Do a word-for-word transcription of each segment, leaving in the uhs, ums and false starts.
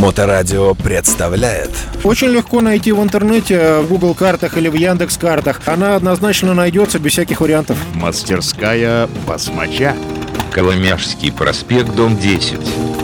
Моторадио представляет. Очень легко найти в интернете, в Google картах или в Яндекс картах. Она однозначно найдется без всяких вариантов. Мастерская басмача. Коломяжский проспект, дом десять.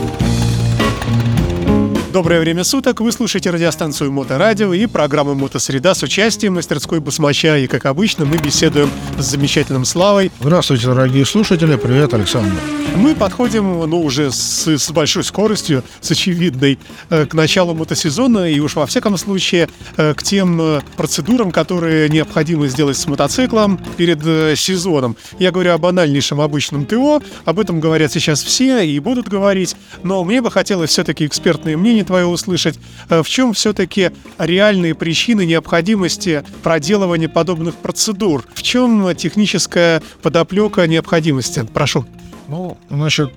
Доброе время суток, вы слушаете радиостанцию Моторадио и программу «Мотосреда» с участием мастерской басмача. И, как обычно, мы беседуем с замечательным Славой. Здравствуйте, дорогие слушатели, привет, Александр. Мы подходим, ну, уже с, с большой скоростью, с очевидной, э, к началу мотосезона и уж во всяком случае э, к тем э, процедурам, которые необходимо сделать с мотоциклом перед э, сезоном. Я говорю о банальнейшем обычном ТО, об этом говорят сейчас все и будут говорить, но мне бы хотелось все-таки экспертное мнение твое услышать. Э, в чем все-таки реальные причины необходимости проделывания подобных процедур? В чем техническая подоплека необходимости? Прошу. Ну, значит,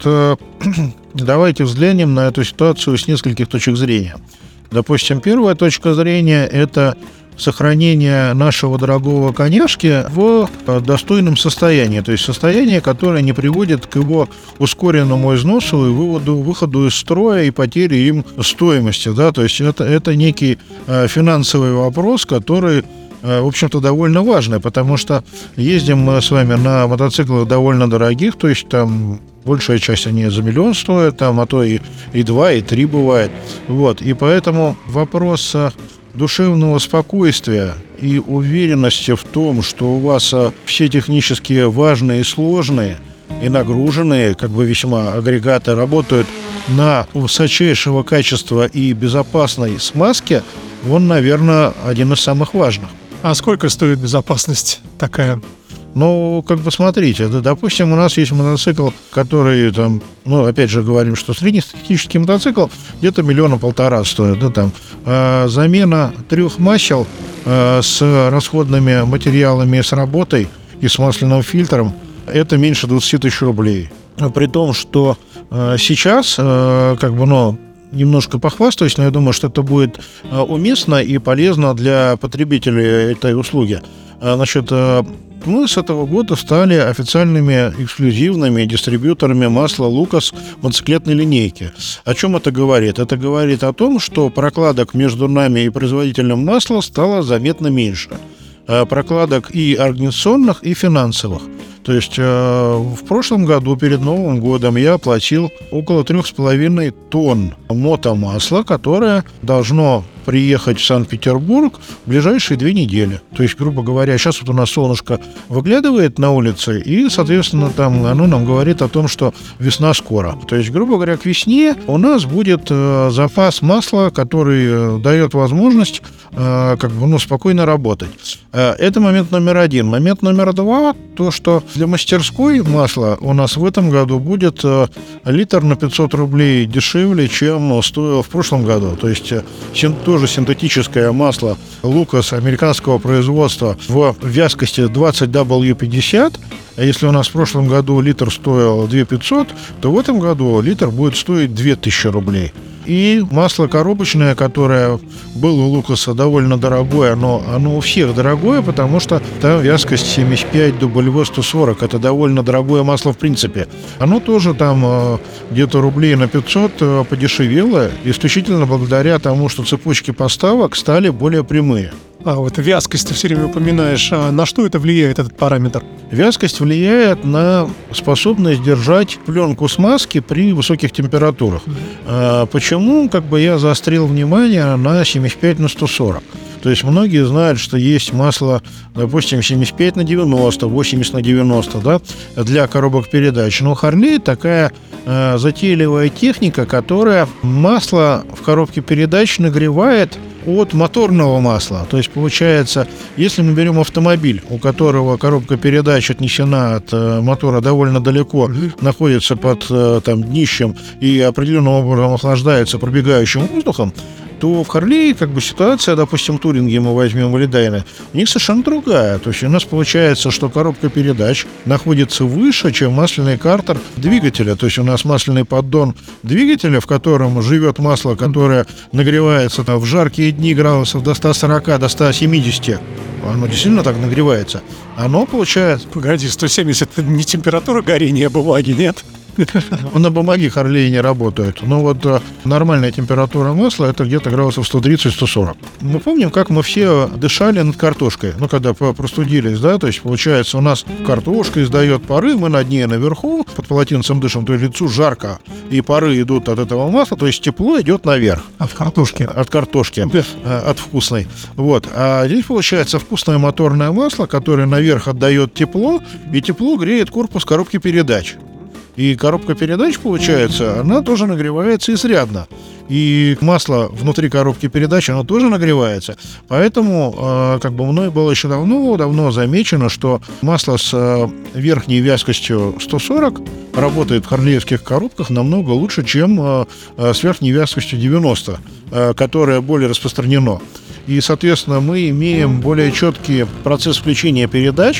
давайте взглянем на эту ситуацию с нескольких точек зрения. Допустим, первая точка зрения – это сохранение нашего дорогого коняшки в достойном состоянии, то есть состояние, которое не приводит к его ускоренному износу и выводу, выходу из строя и потере им стоимости. Да? То есть это, это некий финансовый вопрос, который, в общем-то, довольно важный, потому что ездим мы с вами на мотоциклах довольно дорогих, то есть там большая часть они за миллион стоят, там, а то и, и два, и три бывает. Вот. И поэтому вопрос душевного спокойствия и уверенности в том, что у вас все технически важные и сложные и нагруженные, как бы весьма агрегаты работают на высочайшего качества и безопасной смазке, он, наверное, один из самых важных. А сколько стоит безопасность такая? Ну, как бы смотрите, да, допустим, у нас есть мотоцикл, который там, ну, опять же говорим, что среднестатистический мотоцикл где-то миллиона полтора стоит, да, там, э, замена трех масел э, с расходными материалами, с работой и с масляным фильтром, это меньше двадцать тысяч рублей. При том, что э, сейчас, э, как бы, ну, немножко похвастаюсь, но я думаю, что это будет э, уместно и полезно для потребителей этой услуги. Э, значит, э, мы с этого года стали официальными эксклюзивными дистрибьюторами масла Lucas мотоциклетной линейки. О чем это говорит? Это говорит о том, что прокладок между нами и производителем масла стало заметно меньше. Прокладок и организационных, и финансовых. То есть э, в прошлом году, перед Новым годом, я оплатил около трех с половиной тонн мотомасла, которое должно приехать в Санкт-Петербург в ближайшие две недели. То есть, грубо говоря, сейчас вот у нас солнышко выглядывает на улице, и, соответственно, там оно нам говорит о том, что весна скоро. То есть, грубо говоря, к весне у нас будет э, запас масла, который э, дает возможность э, как бы, ну, спокойно работать. Э, это момент номер один. Момент номер два, то, что для мастерской масло у нас в этом году будет э, литр на пятьсот рублей дешевле, чем стоило в прошлом году. То есть, э, тоже синтетическое масло Lucas американского производства в вязкости двадцать дабл ю пятьдесят. А если у нас в прошлом году литр стоил две тысячи пятьсот, то в этом году литр будет стоить две тысячи рублей. И масло коробочное, которое было у Лукаса довольно дорогое, но оно у всех дорогое, потому что там вязкость семьдесят пять, дабл ю сто сорок. Это довольно дорогое масло в принципе. Оно тоже там э, где-то рублей на пятьсот э, подешевело, исключительно благодаря тому, что цепочки поставок стали более прямые. А вот вязкость ты все время упоминаешь. А на что это влияет, этот параметр? Вязкость влияет на способность держать пленку смазки при высоких температурах. А почему, как бы, я заострил внимание на семьдесят пять на сто сорок? То есть многие знают, что есть масло, допустим, семьдесят пять на девяносто, восемьдесят на девяносто, да, для коробок передач. Но у Harley такая э, затейливая техника, которая масло в коробке передач нагревает от моторного масла. То есть получается, если мы берем автомобиль, у которого коробка передач отнесена от э, мотора довольно далеко, находится под э, там, днищем и определенным образом охлаждается пробегающим воздухом, то в Harley как бы ситуация, допустим, в Туринге мы возьмем или Дайне, у них совершенно другая. То есть у нас получается, что коробка передач находится выше, чем масляный картер двигателя. То есть у нас масляный поддон двигателя, в котором живет масло, которое нагревается там, в жаркие дни градусов до ста сорока, до ста семидесяти. Оно действительно так нагревается. Оно получается... Погоди, сто семьдесят — это не температура горения бумаги, нет? На бумаге Харлей не работают. Но вот э, нормальная температура масла — это где-то градусов сто тридцать - сто сорок. Мы помним, как мы все дышали над картошкой. Ну, когда простудились, да, то есть, получается, у нас картошка издает пары, мы над ней наверху, под полотенцем дышим, то есть лицу жарко, и пары идут от этого масла, то есть тепло идет наверх. От картошки. От картошки, э, от вкусной. Вот. А здесь, получается, вкусное моторное масло, которое наверх отдает тепло, и тепло греет корпус коробки передач. И коробка передач, получается, она тоже нагревается изрядно. И масло внутри коробки передач, оно тоже нагревается. Поэтому, э, как бы мной было еще давно-давно замечено, что масло с э, верхней вязкостью сто сорок работает в харлеевских коробках намного лучше, чем э, э, с верхней вязкостью девяносто, э, которое более распространено. И, соответственно, мы имеем более четкий процесс включения передач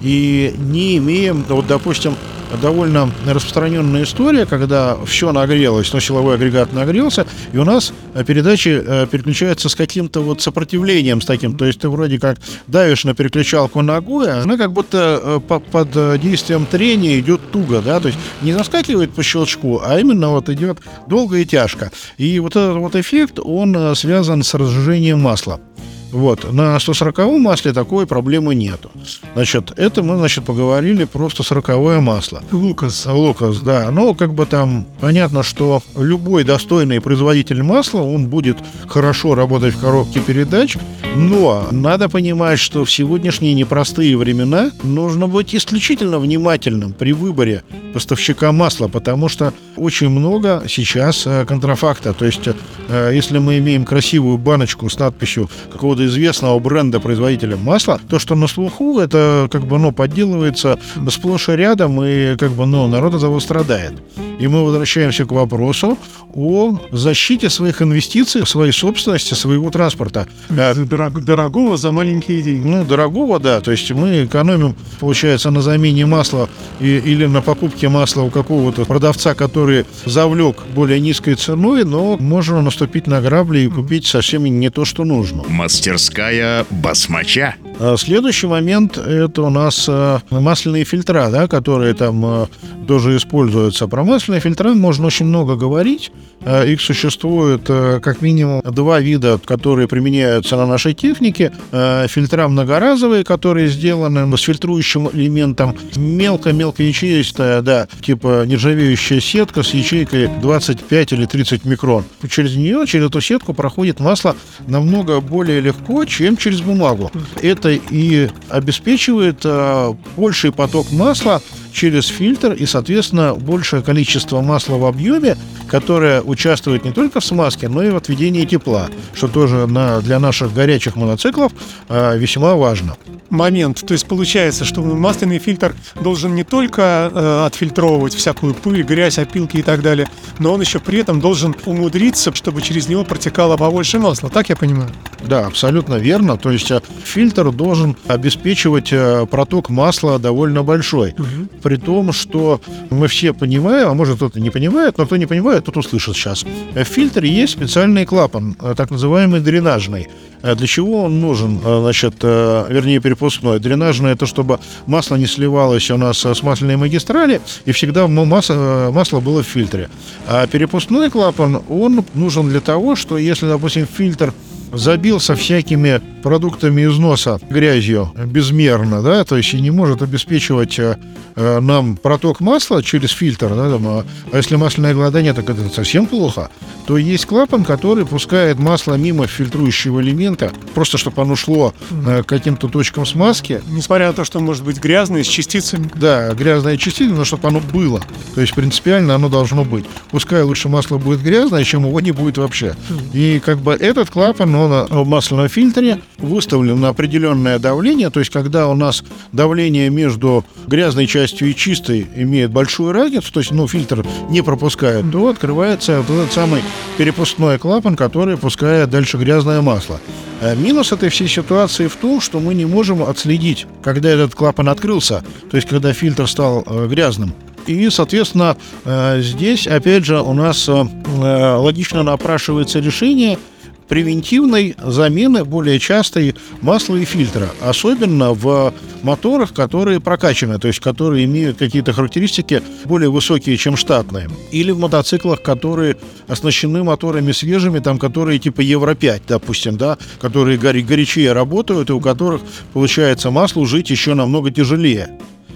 и не имеем, вот, допустим, довольно распространенная история, когда все нагрелось, но силовой агрегат нагрелся, и у нас передачи э, переключаются с каким-то вот сопротивлением, с таким, то есть ты вроде как давишь на переключалку ногой, а она как будто э, по, под действием трения идет туго, да, то есть не заскакивает по щелчку, а именно вот идет долго и тяжко. И вот этот вот эффект, он э, связан с разжижением масла. Вот. На сто сороковом масле такой проблемы нету. Значит, это мы, значит, поговорили про сто сороковое масло. Лукас. Лукас, да. Но как бы там понятно, что любой достойный производитель масла, он будет хорошо работать в коробке передач, но надо понимать, что в сегодняшние непростые времена нужно быть исключительно внимательным при выборе поставщика масла, потому что очень много сейчас контрафакта. То есть, если мы имеем красивую баночку с надписью какого-то известного бренда производителя масла, то, что на слуху, это как бы, ну, подделывается сплошь и рядом, и как бы, ну, народ от этого страдает. И мы возвращаемся к вопросу о защите своих инвестиций, своей собственности, своего транспорта. Дорог, дорогого за маленькие деньги. Ну, дорогого, да. То есть мы экономим, получается, на замене масла и, или на покупке масла у какого-то продавца, который завлек более низкой ценой, но можно наступить на грабли и купить совсем не то, что нужно. Мастерская басмача. Следующий момент — это у нас масляные фильтра, да, которые там тоже используются. Про масляные фильтра можно очень много говорить. Их существует как минимум два вида, которые применяются на нашей технике. Фильтра многоразовые, которые сделаны с фильтрующим элементом, мелко-мелко ячеистая, да, типа нержавеющая сетка с ячейкой двадцать пять или тридцать микрон. Через нее, через эту сетку проходит масло намного более легко, чем через бумагу. Это и обеспечивает а, больший поток масла через фильтр и, соответственно, большее количество масла в объеме, которое участвует не только в смазке, но и в отведении тепла, что тоже на, для наших горячих моноциклов а, весьма важно. Момент. То есть получается, что масляный фильтр должен не только э, отфильтровывать всякую пыль, грязь, опилки и так далее, но он еще при этом должен умудриться, чтобы через него протекало побольше масла. Так я понимаю? Да, абсолютно верно. То есть фильтр должен обеспечивать проток масла довольно большой. Угу. При том, что мы все понимаем, а может кто-то не понимает, но кто не понимает, тот услышит сейчас. В фильтре есть специальный клапан, так называемый дренажный. Для чего он нужен? Значит, вернее, перепускной. Дренажный — это чтобы масло не сливалось у нас с масляной магистрали, и всегда масло, масло было в фильтре. А перепускной клапан, он нужен для того, что если, допустим, фильтр забился всякими продуктами износа, грязью безмерно, да, то есть и не может обеспечивать э, нам проток масла через фильтр, да, там, а, а если масляное голодание, так это совсем плохо, то есть клапан, который пускает масло мимо фильтрующего элемента, просто чтобы оно шло э, к каким-то точкам смазки. Несмотря на то, что может быть грязное, с частицами. Да, грязное частицы, но чтобы оно было. То есть принципиально оно должно быть. Пускай лучше масло будет грязное, чем его не будет вообще. И как бы этот клапан, он в масляном фильтре выставлен на определенное давление, то есть когда у нас давление между грязной частью и чистой имеет большую разницу, то есть, ну, фильтр не пропускает, то открывается вот этот самый перепускной клапан, который пускает дальше грязное масло. А минус этой всей ситуации в том, что мы не можем отследить, когда этот клапан открылся, то есть когда фильтр стал э, грязным. И, соответственно, э, здесь, опять же, у нас э, логично напрашивается решение, превентивной замены более частой масла и фильтра, особенно в моторах, которые прокачаны, то есть которые имеют какие-то характеристики более высокие, чем штатные, или в мотоциклах, которые оснащены моторами свежими, там, которые типа Евро пять, допустим, да, которые горе- горячее работают и у которых получается маслу жить еще намного тяжелее.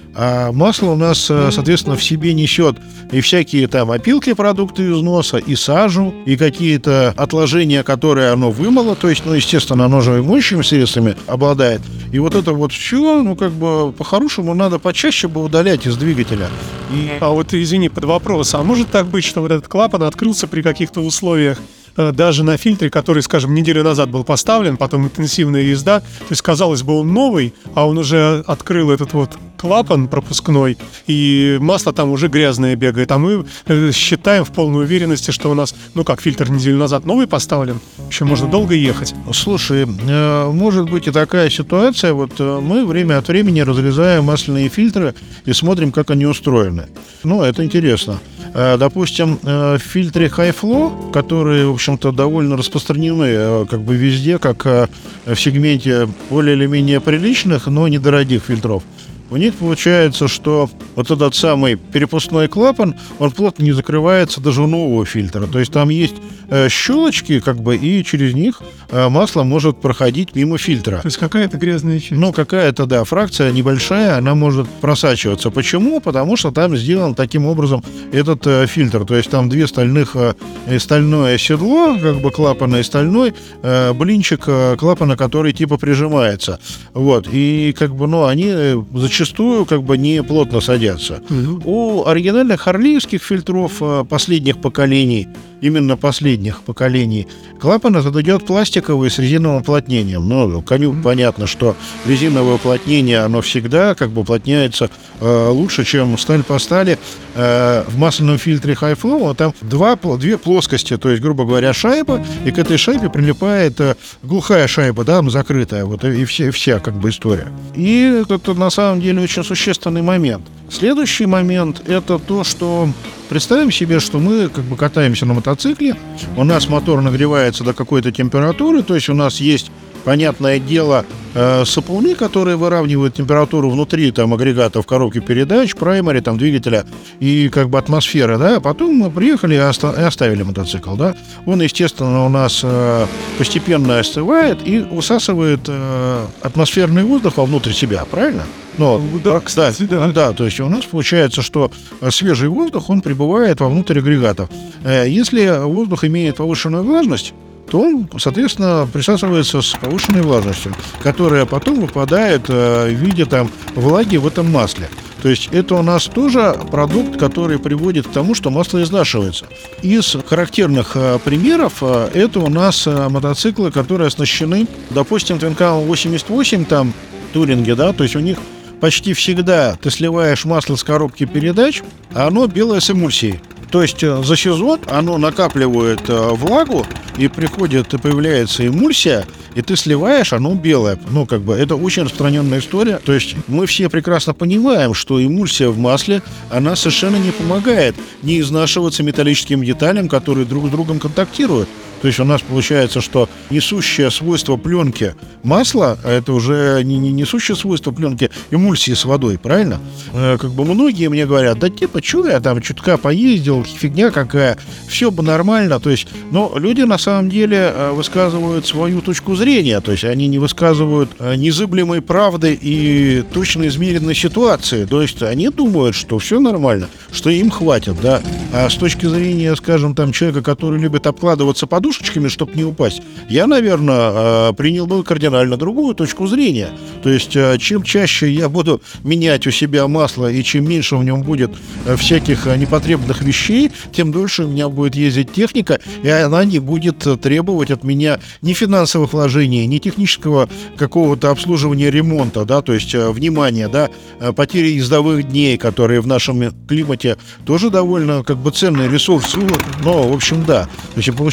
А масло у нас, соответственно, в себе несет и всякие там опилки, продукты износа, и сажу, и какие-то отложения, которые оно вымыло, то есть, ну, естественно, оно же и моющими средствами обладает. И вот это вот все, ну, как бы, по-хорошему, надо почаще бы удалять из двигателя. И... А вот, извини, под вопрос, а может так быть, что вот этот клапан открылся при каких-то условиях, даже на фильтре, который, скажем, неделю назад был поставлен, потом интенсивная езда, то есть, казалось бы, он новый, а он уже открыл этот вот клапан пропускной, и масло там уже грязное бегает, а мы э, считаем в полной уверенности, что у нас, ну как, фильтр неделю назад новый поставлен, еще можно долго ехать. Слушай, э, может быть и такая ситуация, вот э, мы время от времени разрезаем масляные фильтры и смотрим, как они устроены. Ну, это интересно. Э, допустим, э, в фильтре Hi-Flow, которые, в общем-то, довольно распространены э, как бы везде, как э, в сегменте более или менее приличных, но недорогих фильтров, у них получается, что вот этот самый перепускной клапан, он плотно не закрывается даже у нового фильтра. То есть там есть э, щелочки, как бы, и через них э, масло может проходить мимо фильтра. То есть какая-то грязная часть. Ну, какая-то, да, фракция небольшая, она может просачиваться. Почему? Потому что там сделан таким образом этот э, фильтр. То есть там две стальных, э, стальное седло, как бы клапана, и стальной э, блинчик э, клапана, который типа прижимается. Вот. И как бы, ну, они э, зачастую как бы не плотно садятся. Mm-hmm. У оригинальных харлиевских фильтров э, последних поколений, именно последних поколений, клапан этот идет пластиковый с резиновым уплотнением. Ну, коню mm-hmm. понятно, что резиновое уплотнение, оно всегда как бы уплотняется э, лучше, чем сталь по стали. Э, в масляном фильтре Hi-Flow там два, две плоскости, то есть, грубо говоря, шайба, и к этой шайбе прилипает э, глухая шайба, да, закрытая, вот и все, вся как бы история. И это на самом деле очень существенный момент. Следующий момент — это то, что представим себе, что мы как бы катаемся на мотоцикле, у нас мотор нагревается до какой-то температуры, то есть у нас есть, понятное дело, э, сапуны, которые выравнивают температуру внутри там агрегатов коробки передач, праймари, там двигателя и как бы атмосферы, да, а потом мы приехали и, оста- и оставили мотоцикл, да, он, естественно, у нас э, постепенно остывает и усасывает э, атмосферный воздух вовнутрь себя, правильно? Ну, да, кстати, да. да, то есть у нас получается, что свежий воздух, он прибывает вовнутрь агрегатов. Если воздух имеет повышенную влажность, то он, соответственно, присасывается с повышенной влажностью, которая потом выпадает в виде там влаги в этом масле. То есть это у нас тоже продукт, который приводит к тому, что масло изнашивается. Из характерных э, примеров э, это у нас э, мотоциклы, которые оснащены, допустим, Твинкам восемьдесят восемь, там, туринги, да, то есть у них почти всегда ты сливаешь масло с коробки передач, а оно белое с эмульсией. То есть за сезон оно накапливает э, влагу, и приходит, и появляется эмульсия, и ты сливаешь, оно белое. Ну, как бы, это очень распространенная история. То есть мы все прекрасно понимаем, что эмульсия в масле, она совершенно не помогает не изнашиваться металлическим деталям, которые друг с другом контактируют. То есть у нас получается, что несущее свойство пленки масла, а это уже не, не несущее свойство пленки эмульсии с водой, правильно? Э, как бы многие мне говорят, да типа, что я там чутка поездил, фигня какая, все бы нормально. То есть, но люди на самом деле высказывают свою точку зрения, то есть они не высказывают незыблемой правды и точно измеренной ситуации. То есть они думают, что все нормально, что им хватит, да. А с точки зрения, скажем, там человека, который любит обкладываться подушечками, чтобы не упасть, я, наверное, принял бы кардинально другую точку зрения. То есть чем чаще я буду менять у себя масло и чем меньше в нем будет всяких непотребных вещей, тем дольше у меня будет ездить техника, и она не будет требовать от меня ни финансовых вложений, ни технического какого-то обслуживания, ремонта, да, то есть внимания, да, потери ездовых дней, которые в нашем климате тоже довольно как бы ценный ресурс, но, в общем, да. То есть получается,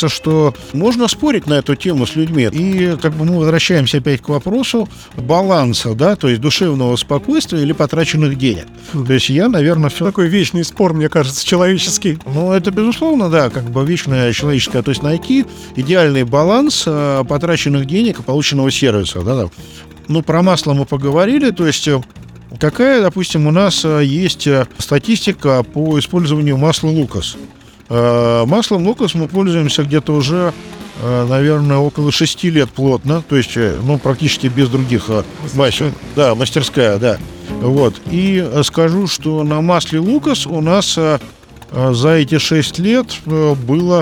кажется, что можно спорить на эту тему с людьми. И как бы мы возвращаемся опять к вопросу баланса, да, то есть душевного спокойствия или потраченных денег. То есть я, наверное, все... Такой вечный спор, мне кажется, человеческий. Ну, это, безусловно, да, как бы вечное человеческое. То есть найти идеальный баланс э, потраченных денег и полученного сервиса, да, да. Ну, про масло мы поговорили, то есть... Какая, допустим, у нас есть статистика по использованию масла Лукас? Маслом Лукас мы пользуемся где-то уже, наверное, около шести лет плотно, то есть, ну, практически без других масел. Да, мастерская, да. Вот. И скажу, что на масле Лукас у нас за эти шесть лет было,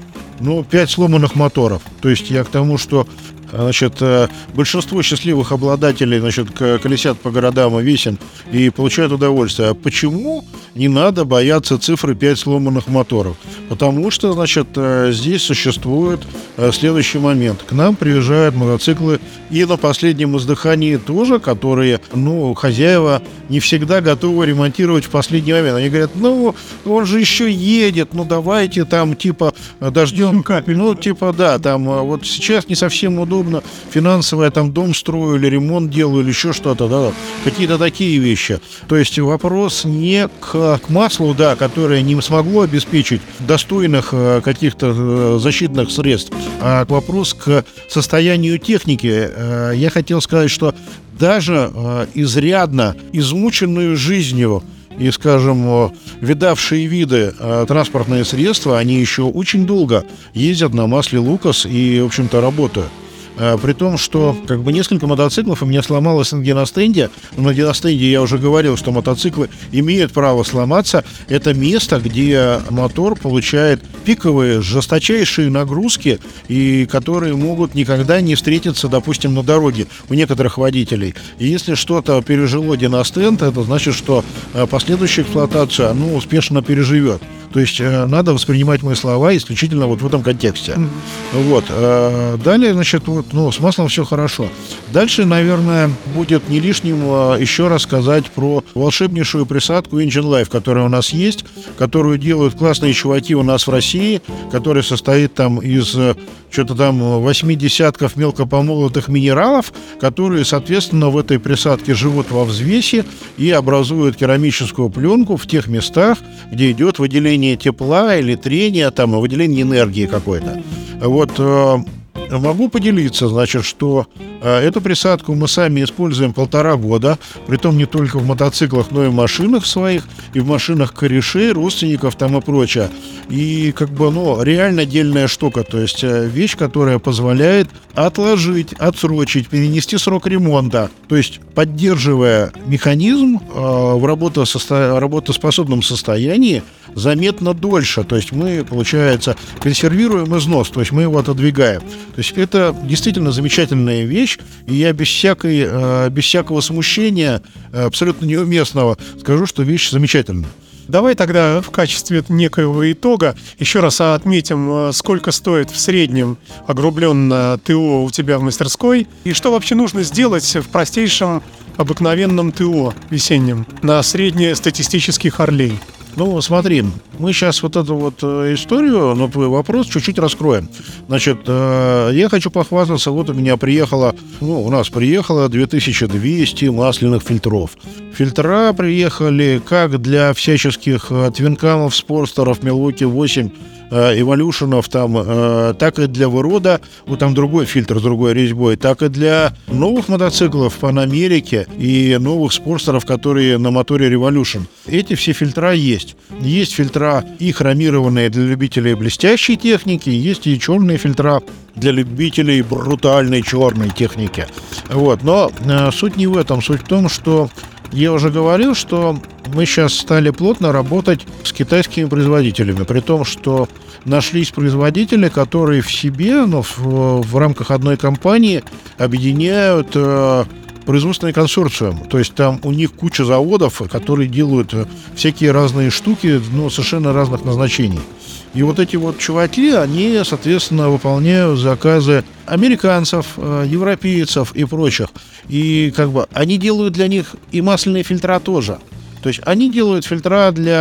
ну, пять сломанных моторов. То есть я к тому, что Значит, большинство счастливых обладателей, значит, колесят по городам и весен и получают удовольствие. А почему не надо бояться цифры пять сломанных моторов? Потому что, значит, здесь существует следующий момент. К нам приезжают мотоциклы и на последнем издыхании тоже, которые, ну, хозяева не всегда готовы ремонтировать в последний момент. Они говорят, ну, он же еще едет, ну, давайте там, типа, дождем капель. Ну, типа, да, там, вот сейчас не совсем удобно. Финансово я там дом строю или ремонт делаю, или еще что-то, да, какие-то такие вещи. То есть вопрос не к, к маслу, да, которое не смогло обеспечить достойных каких-то защитных средств, а вопрос к состоянию техники. Я хотел сказать, что даже изрядно измученную жизнью и, скажем, видавшие виды э, транспортные средства, они еще очень долго ездят на масле Лукас и, в общем-то, работают. При том, что как бы несколько мотоциклов у меня сломалось на диностенде. На диностенде я уже говорил, что мотоциклы имеют право сломаться. Это место, где мотор получает пиковые, жесточайшие нагрузки, и которые могут никогда не встретиться, допустим, на дороге у некоторых водителей. И если что-то пережило диностенд, это значит, что последующую эксплуатацию оно успешно переживет. То есть э, надо воспринимать мои слова исключительно вот в этом контексте. Mm-hmm. Вот. Э, далее, значит, вот, ну, с маслом все хорошо. Дальше, наверное, будет не лишним э, еще раз сказать про волшебнейшую присадку Engine Life, которая у нас есть, которую делают классные чуваки у нас в России, которая состоит там из э, что-то там восьми десятков мелкопомолотых минералов, которые, соответственно, в этой присадке живут во взвесе и образуют керамическую пленку в тех местах, где идет выделение тепла или трения, там, выделение энергии какой-то. Вот э, могу поделиться, значит, что э, эту присадку мы сами используем полтора года, притом не только в мотоциклах, но и в машинах своих, и в машинах корешей, родственников там и прочее. И как бы, ну, реально дельная штука, то есть э, вещь, которая позволяет отложить, отсрочить, перенести срок ремонта, то есть поддерживая механизм э, в работососто... работоспособном состоянии заметно дольше. То есть мы, получается, консервируем износ, то есть мы его отодвигаем. То есть это действительно замечательная вещь, и я без всякой, э, без всякого смущения, э, абсолютно неуместного, скажу, что вещь замечательная. Давай тогда в качестве некоего итога еще раз отметим, сколько стоит в среднем огрубленное ТО у тебя в мастерской, и что вообще нужно сделать в простейшем обыкновенном ТО весеннем на среднестатистических Харлей. Ну, смотри, мы сейчас вот эту вот историю, ну, твой вопрос чуть-чуть раскроем. Значит, э, я хочу похвастаться, вот у меня приехало, ну, у нас приехало две тысячи двести масляных фильтров. Фильтра приехали как для всяческих твинкамов, спорстеров, Milwaukee восемь, эволюшенов там, э, так и для вырода, вот там другой фильтр с другой резьбой, так и для новых мотоциклов Панамерики и новых спорстеров, которые на моторе Revolution. Эти все фильтра есть. Есть фильтра и хромированные для любителей блестящей техники, есть и черные фильтра для любителей брутальной черной техники. Вот. Но э, суть не в этом. Суть в том, что я уже говорил, что мы сейчас стали плотно работать с китайскими производителями, при том, что нашлись производители, которые в себе, ну, в, в рамках одной компании объединяют э, производственный консорциум. То есть там у них куча заводов, которые делают всякие разные штуки, ну, совершенно разных назначений. И вот эти вот чуваки, они, соответственно, выполняют заказы американцев, европейцев и прочих. И как бы они делают для них и масляные фильтра тоже. То есть они делают фильтра для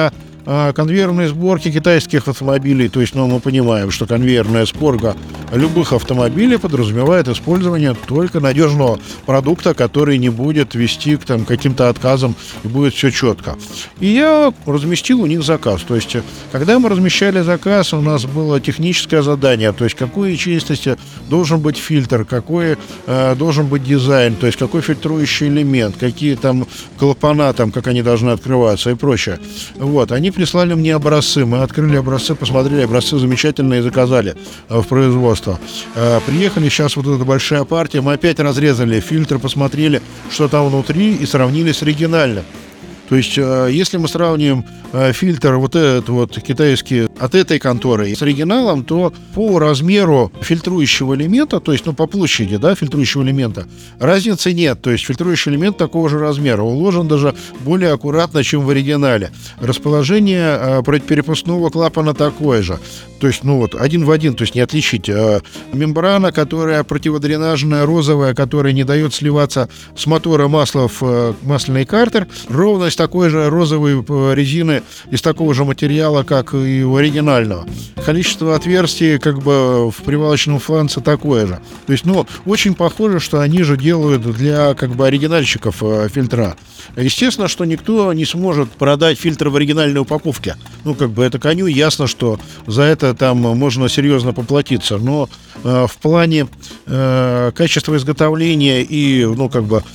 а, конвейерной сборки китайских автомобилей. То есть, ну, мы понимаем, что конвейерная сборка любых автомобилей подразумевает использование только надежного продукта, который не будет вести к там, каким-то отказам, и будет все четко. И я разместил у них заказ. То есть, когда мы размещали заказ, у нас было техническое задание, то есть, какой чистости должен быть фильтр, какой э, должен быть дизайн, то есть, какой фильтрующий элемент, какие там клапана, там, как они должны открываться и прочее. Вот, они прислали мне образцы, мы открыли образцы, посмотрели, образцы замечательные, заказали э, в производство. Э, приехали, сейчас вот эта большая партия, мы опять разрезали фильтр, посмотрели, что там внутри, и сравнили с оригинальным. То есть, э, если мы сравним э, фильтр вот этот вот китайский от этой конторы с оригиналом, то по размеру фильтрующего элемента, то есть, ну, по площади, да, фильтрующего элемента, разницы нет. То есть, фильтрующий элемент такого же размера, уложен даже более аккуратно, чем в оригинале. Расположение э, перепускного клапана такое же. То есть, ну вот, один в один, то есть не отличить. Э, мембрана, которая противодренажная, розовая, которая не дает сливаться с мотора масла в э, масляный картер, ровно такой же розовой резины из такого же материала, как и у оригинального. Количество отверстий как бы в привалочном фланце такое же. То есть, ну, очень похоже, что они же делают для как бы оригинальщиков э, фильтра. Естественно, что никто не сможет продать фильтр в оригинальной упаковке. Ну, как бы это коню ясно, что за это там можно серьезно поплатиться. Но э, в плане э, качества изготовления и, ну, как бы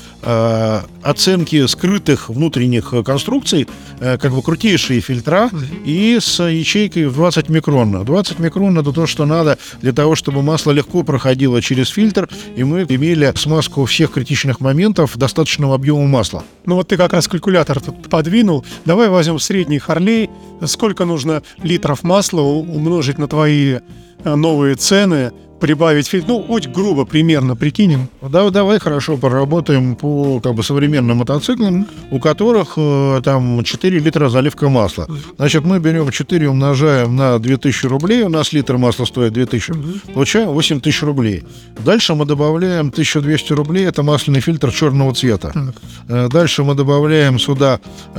оценки скрытых внутренних конструкций, как бы крутейшие фильтра, и с ячейкой в двадцать микрон. двадцать микрон — это то, что надо для того, чтобы масло легко проходило через фильтр, и мы имели смазку всех критичных моментов достаточного объема масла. Ну вот ты как раз калькулятор тут подвинул. Давай возьмем средний Харлей. Сколько нужно литров масла умножить на твои новые цены, прибавить фильтр, ну, очень грубо примерно прикинем. Да, давай хорошо поработаем по как бы современным мотоциклам, у которых э, там четыре литра заливка масла. Значит, мы берем четыре, умножаем на две тысячи рублей, у нас литр масла стоит две тысячи, получаем восемь тысяч рублей. Дальше мы добавляем тысячу двести рублей, это масляный фильтр черного цвета. Э, дальше мы добавляем сюда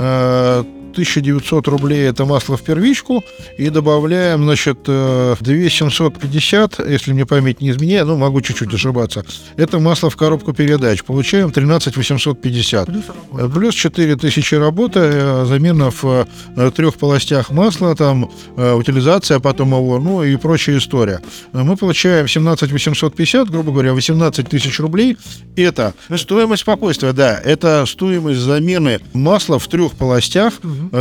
э, тысяча девятьсот рублей, это масло в первичку, и добавляем, значит, две тысячи семьсот пятьдесят, если мне память не изменяет, ну, могу чуть-чуть ошибаться, это масло в коробку передач. Получаем тринадцать тысяч восемьсот пятьдесят. Плюс четыре тысячи работы, замена в трех полостях масла, там, утилизация потом его, ну, и прочая история. Мы получаем семнадцать тысяч восемьсот пятьдесят, грубо говоря, восемнадцать тысяч рублей. Это стоимость спокойствия, да, это стоимость замены масла в трех полостях,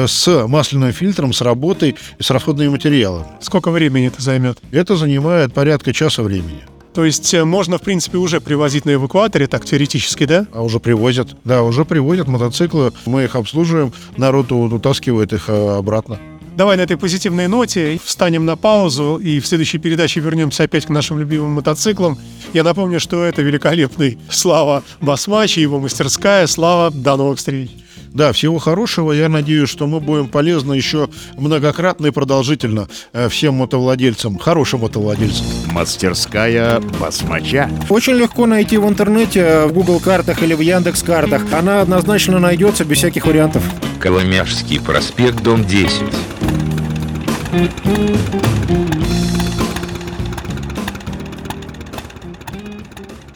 с масляным фильтром, с работой и с расходными материалами. Сколько времени это займет? Это занимает порядка часа времени. То есть можно, в принципе, уже привозить на эвакуаторе, так теоретически, да? А уже привозят. Да, уже привозят мотоциклы. Мы их обслуживаем, народ утаскивает их обратно. Давай на этой позитивной ноте встанем на паузу и в следующей передаче вернемся опять к нашим любимым мотоциклам. Я напомню, что это великолепный Слава Басмач и его мастерская. Слава, до новых встреч! Да, всего хорошего. Я надеюсь, что мы будем полезны еще многократно и продолжительно всем мотовладельцам, хорошим мотовладельцам. Мастерская Басмача. Очень легко найти в интернете, в Google картах или в Яндекс картах. Она однозначно найдется без всяких вариантов. Коломяжский проспект, дом десять.